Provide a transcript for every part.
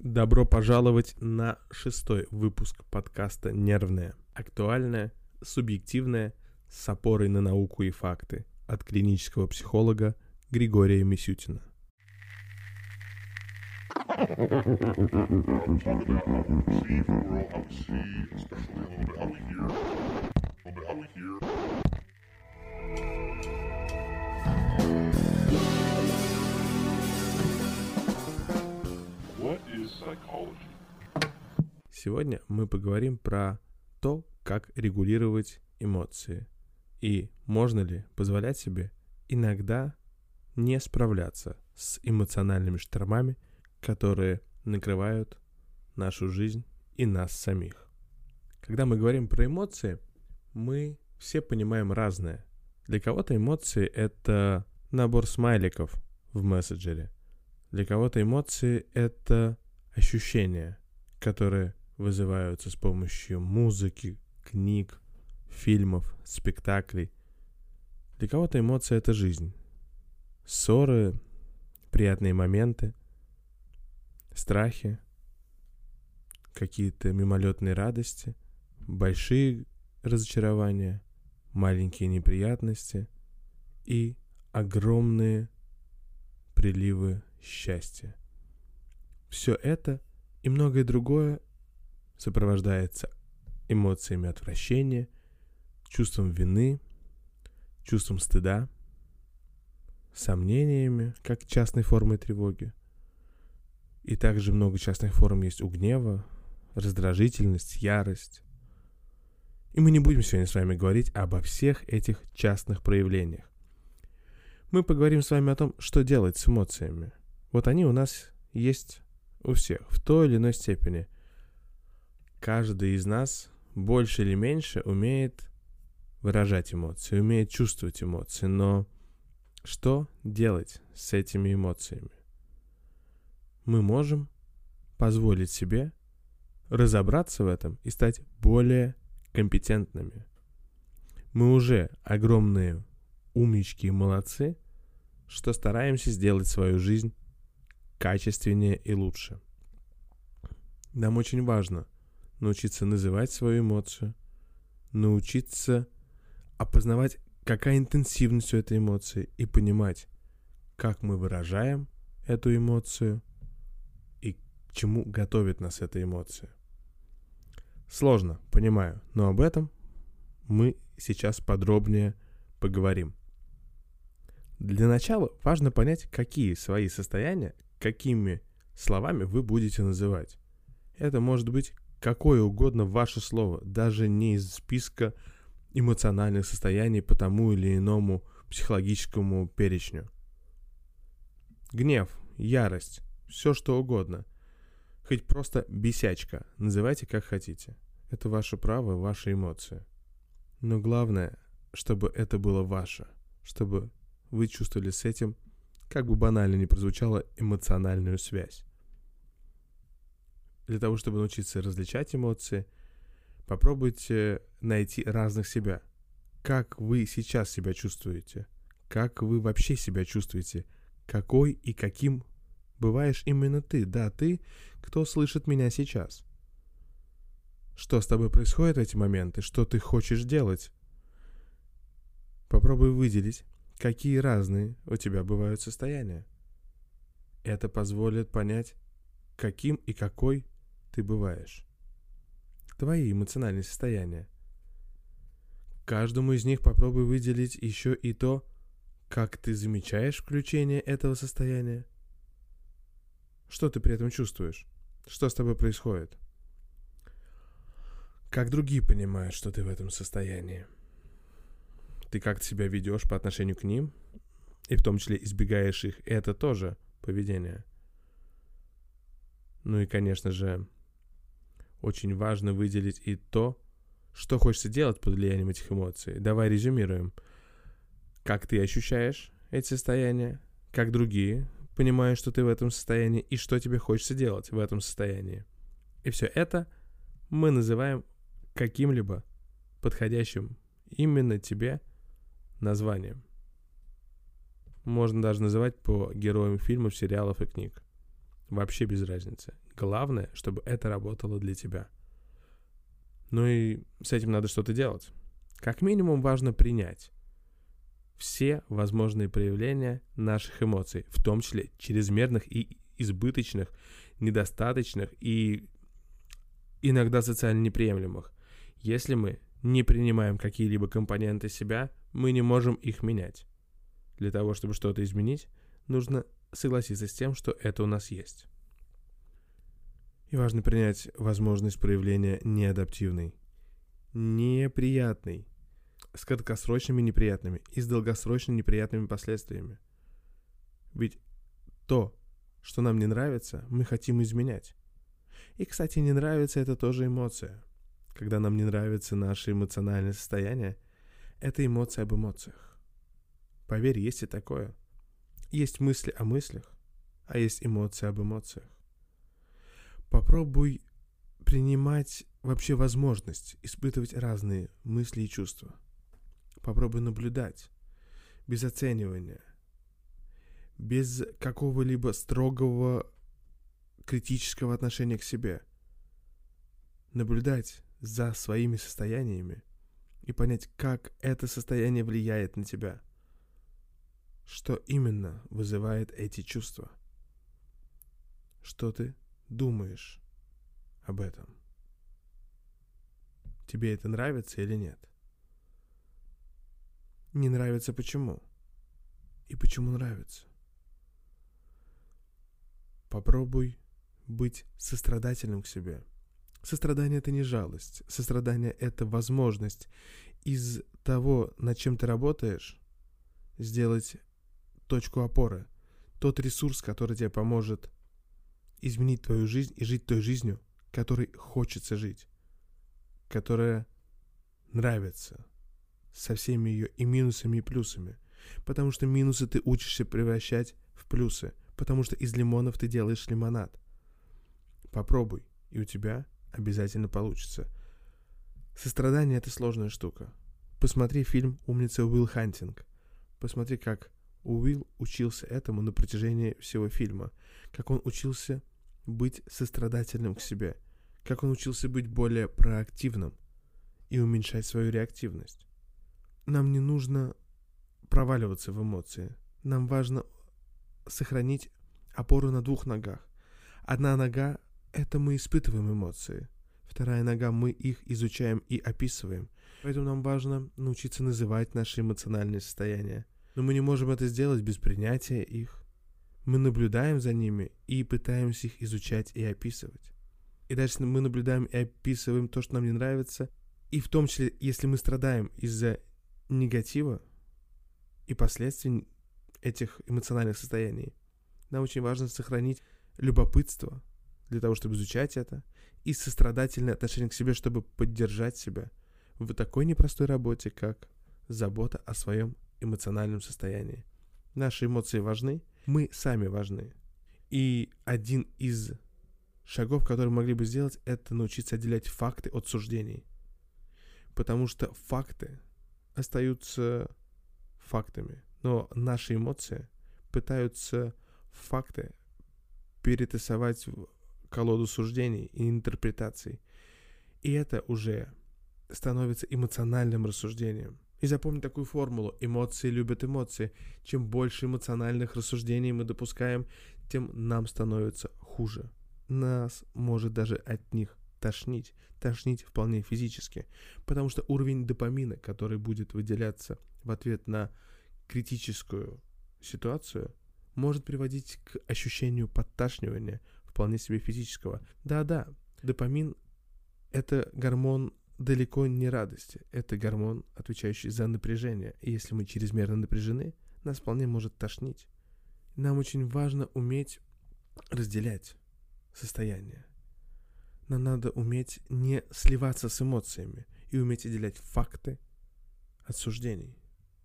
Добро пожаловать на 6-й выпуск подкаста «Нервное». Актуальное, субъективное, с опорой на науку и факты от клинического психолога Григория Мисютина. Сегодня мы поговорим про то, как регулировать эмоции и можно ли позволять себе иногда не справляться с эмоциональными штормами, которые накрывают нашу жизнь и нас самих. Когда мы говорим про эмоции, мы все понимаем разное. Для кого-то эмоции — это набор смайликов в мессенджере. Для кого-то эмоции — это ощущения, которые вызываются с помощью музыки, книг, фильмов, спектаклей. Для кого-то эмоции — это жизнь. Ссоры, приятные моменты, страхи, какие-то мимолетные радости, большие разочарования, маленькие неприятности и огромные приливы счастья. Все это и многое другое сопровождается эмоциями отвращения, чувством вины, чувством стыда, сомнениями, как частной формой тревоги. И также много частных форм есть у гнева, раздражительность, ярость. И мы не будем сегодня с вами говорить обо всех этих частных проявлениях. Мы поговорим с вами о том, что делать с эмоциями. Вот они у нас есть у всех, в той или иной степени. Каждый из нас больше или меньше умеет выражать эмоции, умеет чувствовать эмоции, но что делать с этими эмоциями? Мы можем позволить себе разобраться в этом и стать более компетентными. Мы уже огромные умнички и молодцы, что стараемся сделать свою жизнь качественнее и лучше. Нам очень важно научиться называть свою эмоцию, научиться опознавать, какая интенсивность у этой эмоции, и понимать, как мы выражаем эту эмоцию и к чему готовит нас эта эмоция. Сложно, понимаю, но об этом мы сейчас подробнее поговорим. Для начала важно понять, какие свои состояния, какими словами вы будете называть. Это может быть какое угодно ваше слово, даже не из списка эмоциональных состояний по тому или иному психологическому перечню. Гнев, ярость, все что угодно. Хоть просто бесячка, называйте как хотите. Это ваше право, ваши эмоции. Но главное, чтобы это было ваше, чтобы вы чувствовали с этим, как бы банально ни прозвучало, эмоциональную связь. Для того, чтобы научиться различать эмоции, попробуйте найти разных себя. Как вы сейчас себя чувствуете? Как вы вообще себя чувствуете? Какой и каким бываешь именно ты? Да, ты, кто слышит меня сейчас. Что с тобой происходит в эти моменты? Что ты хочешь делать? Попробуй выделить, какие разные у тебя бывают состояния. Это позволит понять, каким и какой ты бываешь. Твои эмоциональные состояния. Каждому из них попробуй выделить еще и то, как ты замечаешь включение этого состояния. Что ты при этом чувствуешь? Что с тобой происходит? Как другие понимают, что ты в этом состоянии? Ты как-то себя ведешь по отношению к ним, и в том числе избегаешь их. Это тоже поведение. Ну и, конечно же, очень важно выделить и то, что хочется делать под влиянием этих эмоций. Давай резюмируем. Как ты ощущаешь эти состояния, как другие понимают, что ты в этом состоянии, и что тебе хочется делать в этом состоянии. И все это мы называем каким-либо подходящим именно тебе названием. Можно даже называть по героям фильмов, сериалов и книг. Вообще без разницы. Главное, чтобы это работало для тебя. Ну и с этим надо что-то делать. Как минимум важно принять все возможные проявления наших эмоций, в том числе чрезмерных и избыточных, недостаточных и иногда социально неприемлемых. Если мы не принимаем какие-либо компоненты себя, мы не можем их менять. Для того, чтобы что-то изменить, нужно согласиться с тем, что это у нас есть. И важно принять возможность проявления неадаптивной, неприятной, с краткосрочными неприятными и с долгосрочно неприятными последствиями. Ведь то, что нам не нравится, мы хотим изменять. И, кстати, не нравится — это тоже эмоция. Когда нам не нравится наше эмоциональное состояние, это эмоция об эмоциях. Поверь, есть и такое. Есть мысли о мыслях, а есть эмоции об эмоциях. Попробуй принимать вообще возможность испытывать разные мысли и чувства. Попробуй наблюдать, без оценивания, без какого-либо строгого критического отношения к себе. Наблюдать за своими состояниями и понять, как это состояние влияет на тебя. Что именно вызывает эти чувства? Что ты думаешь об этом? Тебе это нравится или нет? Не нравится почему? И почему нравится? Попробуй быть сострадательным к себе. Сострадание — это не жалость. Сострадание — это возможность из того, над чем ты работаешь, сделать точку опоры, тот ресурс, который тебе поможет изменить твою жизнь и жить той жизнью, которой хочется жить, которая нравится, со всеми ее и минусами, и плюсами. Потому что минусы ты учишься превращать в плюсы, потому что из лимонов ты делаешь лимонад. Попробуй, и у тебя обязательно получится. Сострадание — это сложная штука. Посмотри фильм «Умница Уилл Хантинг». Посмотри, как Уилл учился этому на протяжении всего фильма. Как он учился быть сострадательным к себе. Как он учился быть более проактивным и уменьшать свою реактивность. Нам не нужно проваливаться в эмоции. Нам важно сохранить опору на двух ногах. Одна нога — это мы испытываем эмоции. Вторая нога — мы их изучаем и описываем. Поэтому нам важно научиться называть наши эмоциональные состояния. Но мы не можем это сделать без принятия их. Мы наблюдаем за ними и пытаемся их изучать и описывать. И дальше мы наблюдаем и описываем то, что нам не нравится. И в том числе, если мы страдаем из-за негатива и последствий этих эмоциональных состояний, нам очень важно сохранить любопытство для того, чтобы изучать это, и сострадательное отношение к себе, чтобы поддержать себя в такой непростой работе, как забота о своем эмоциональном состоянии. Наши эмоции важны, мы сами важны. И один из шагов, которые мы могли бы сделать, это научиться отделять факты от суждений. Потому что факты остаются фактами, но наши эмоции пытаются факты перетасовать в колоду суждений и интерпретаций. И это уже становится эмоциональным рассуждением. И запомни такую формулу: эмоции любят эмоции. Чем больше эмоциональных рассуждений мы допускаем, тем нам становится хуже. Нас может даже от них тошнить вполне физически, потому что уровень допамина, который будет выделяться в ответ на критическую ситуацию, может приводить к ощущению подташнивания, вполне себе физического. Да-да, допамин — это гормон далеко не радости, это гормон, отвечающий за напряжение, и если мы чрезмерно напряжены, нас вполне может тошнить. Нам очень важно уметь разделять состояние. Нам надо уметь не сливаться с эмоциями и уметь отделять факты от суждений.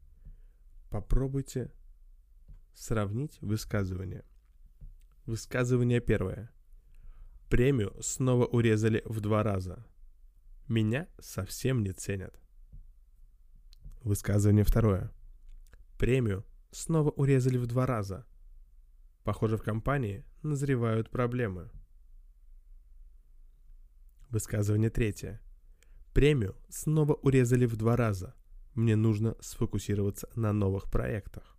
Попробуйте сравнить высказывания. Высказывание первое. Премию снова урезали в 2 раза. Меня совсем не ценят. Высказывание второе. Премию снова урезали в 2 раза. Похоже, в компании назревают проблемы. Высказывание третье. Премию снова урезали в 2 раза. Мне нужно сфокусироваться на новых проектах.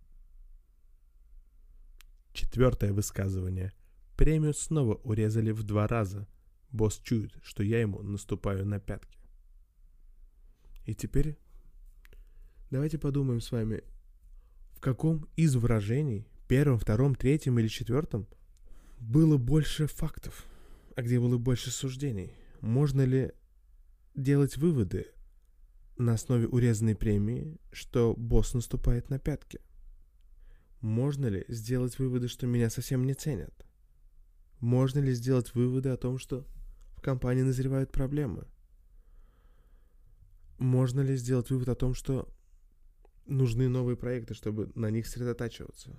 Четвертое высказывание. Премию снова урезали в 2 раза. Босс чует, что я ему наступаю на пятки. И теперь давайте подумаем с вами, в каком из выражений, первом, втором, третьем или четвертом, было больше фактов, а где было больше суждений. Можно ли делать выводы на основе урезанной премии, что босс наступает на пятки? Можно ли сделать выводы, что меня совсем не ценят? Можно ли сделать выводы о том, что в компании назревают проблемы? Можно ли сделать вывод о том, что нужны новые проекты, чтобы на них сосредотачиваться?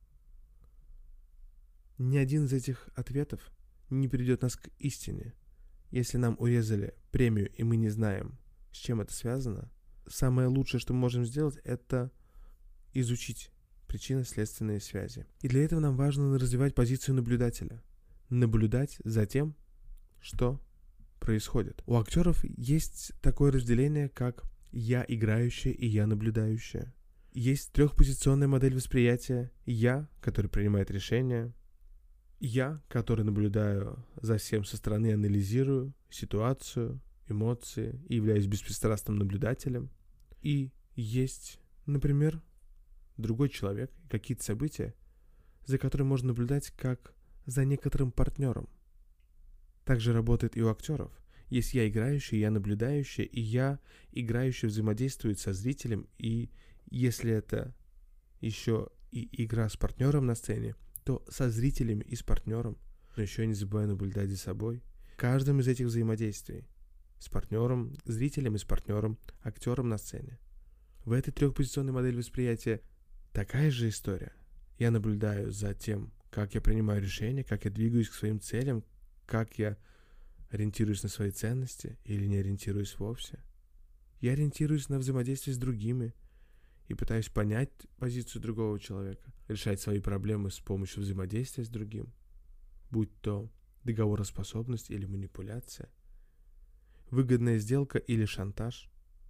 Ни один из этих ответов не приведет нас к истине. Если нам урезали премию, и мы не знаем, с чем это связано, самое лучшее, что мы можем сделать, это изучить причинно-следственные связи. И для этого нам важно развивать позицию наблюдателя. Наблюдать за тем, что происходит. У актеров есть такое разделение, как «я играющая» и «я наблюдающая». Есть трехпозиционная модель восприятия. Я, который принимает решения. Я, который наблюдаю за всем со стороны, анализирую ситуацию, эмоции и являюсь беспристрастным наблюдателем. И есть, например, другой человек, какие-то события, за которыми можно наблюдать как за некоторым партнером. Также работает и у актеров. Есть я играющий, я наблюдающий, и я играющий взаимодействует со зрителем, и если это еще и игра с партнером на сцене, то со зрителями и с партнером. Но еще я не забываю наблюдать за собой. В каждом из этих взаимодействий с партнером, зрителем и с партнером, актером на сцене. В этой трехпозиционной модели восприятия такая же история. Я наблюдаю за тем, как я принимаю решения, как я двигаюсь к своим целям, как я ориентируюсь на свои ценности или не ориентируюсь вовсе. Я ориентируюсь на взаимодействие с другими и пытаюсь понять позицию другого человека, решать свои проблемы с помощью взаимодействия с другим, будь то договороспособность или манипуляция, выгодная сделка или шантаж.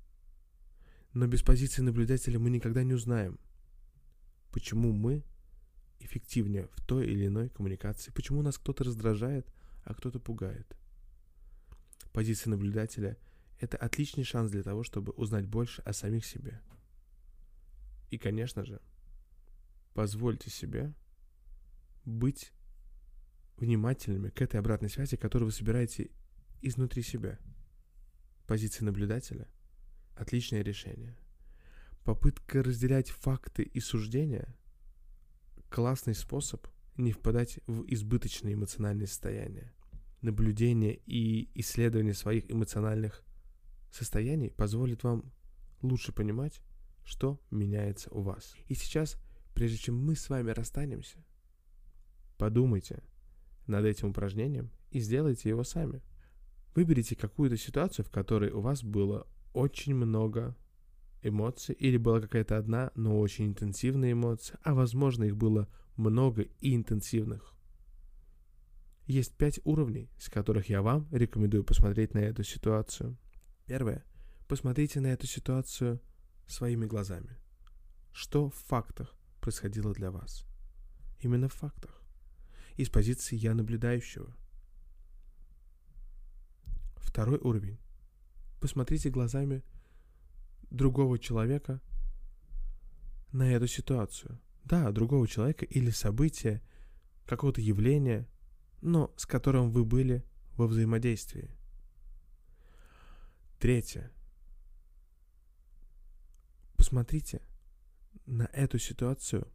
Но без позиции наблюдателя мы никогда не узнаем, почему мы эффективнее в той или иной коммуникации, почему нас кто-то раздражает, а кто-то пугает. Позиция наблюдателя – это отличный шанс для того, чтобы узнать больше о самих себе. И, конечно же, позвольте себе быть внимательными к этой обратной связи, которую вы собираете изнутри себя. Позиция наблюдателя – отличное решение. Попытка разделять факты и суждения – классный способ не впадать в избыточные эмоциональные состояния. Наблюдение и исследование своих эмоциональных состояний позволит вам лучше понимать, что меняется у вас. И сейчас, прежде чем мы с вами расстанемся, подумайте над этим упражнением и сделайте его сами. Выберите какую-то ситуацию, в которой у вас было очень много эмоций, или была какая-то одна, но очень интенсивная эмоция, а возможно их было много и интенсивных. Есть 5 уровней, с которых я вам рекомендую посмотреть на эту ситуацию. Первое. Посмотрите на эту ситуацию своими глазами. Что в фактах происходило для вас? Именно в фактах. Из позиции «я наблюдающего». Второй уровень. Посмотрите глазами другого человека на эту ситуацию. Да, другого человека или события, какого-то явления, но с которым вы были во взаимодействии. Третье. Посмотрите на эту ситуацию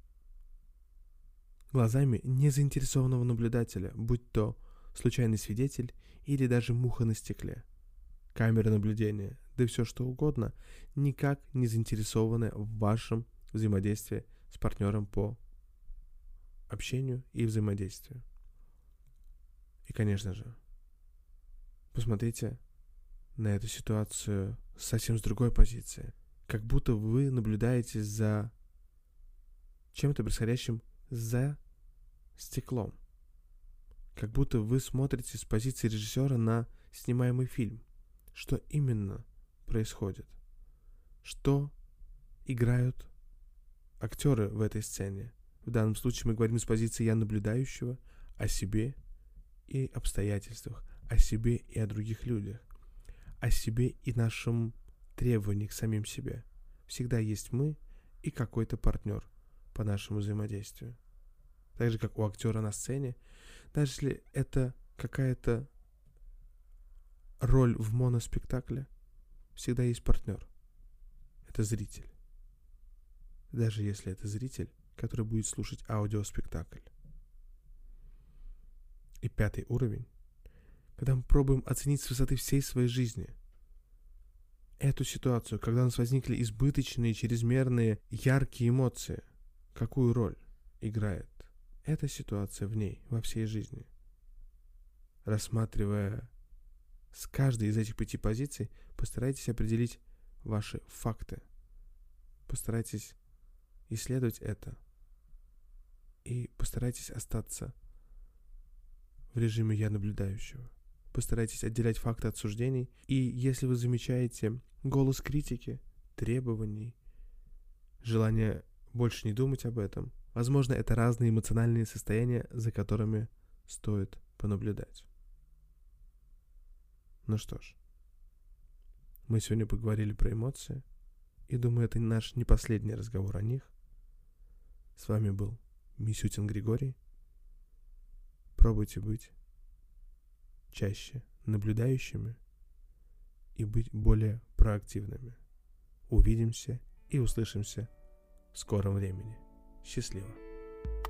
глазами незаинтересованного наблюдателя, будь то случайный свидетель или даже муха на стекле, камера наблюдения, да и все что угодно, никак не заинтересованы в вашем взаимодействии с партнером по общению и взаимодействию. И, конечно же, посмотрите на эту ситуацию совсем с другой позиции. Как будто вы наблюдаете за чем-то происходящим за стеклом. Как будто вы смотрите с позиции режиссера на снимаемый фильм. Что именно происходит? Что играют актеры в этой сцене? В данном случае мы говорим с позиции «я наблюдающего» о себе и обстоятельствах, о себе и о других людях, о себе и нашем требовании к самим себе. Всегда есть мы и какой-то партнер по нашему взаимодействию. Так же, как у актера на сцене, даже если это какая-то роль в моноспектакле, всегда есть партнер. Это зритель. Даже если это зритель, который будет слушать аудиоспектакль. И 5 уровень, когда мы пробуем оценить с высоты всей своей жизни эту ситуацию, когда у нас возникли избыточные, чрезмерные, яркие эмоции, какую роль играет эта ситуация в ней, во всей жизни. Рассматривая с каждой из этих 5 позиций, постарайтесь определить ваши факты. Постарайтесь исследовать это. И постарайтесь остаться в режиме «я наблюдающего». Постарайтесь отделять факты от суждений. И если вы замечаете голос критики, требований, желание больше не думать об этом, возможно, это разные эмоциональные состояния, за которыми стоит понаблюдать. Ну что ж, мы сегодня поговорили про эмоции, и думаю, это наш не последний разговор о них. С вами был Мисютин Григорий. Пробуйте быть чаще наблюдающими и быть более проактивными. Увидимся и услышимся в скором времени. Счастливо!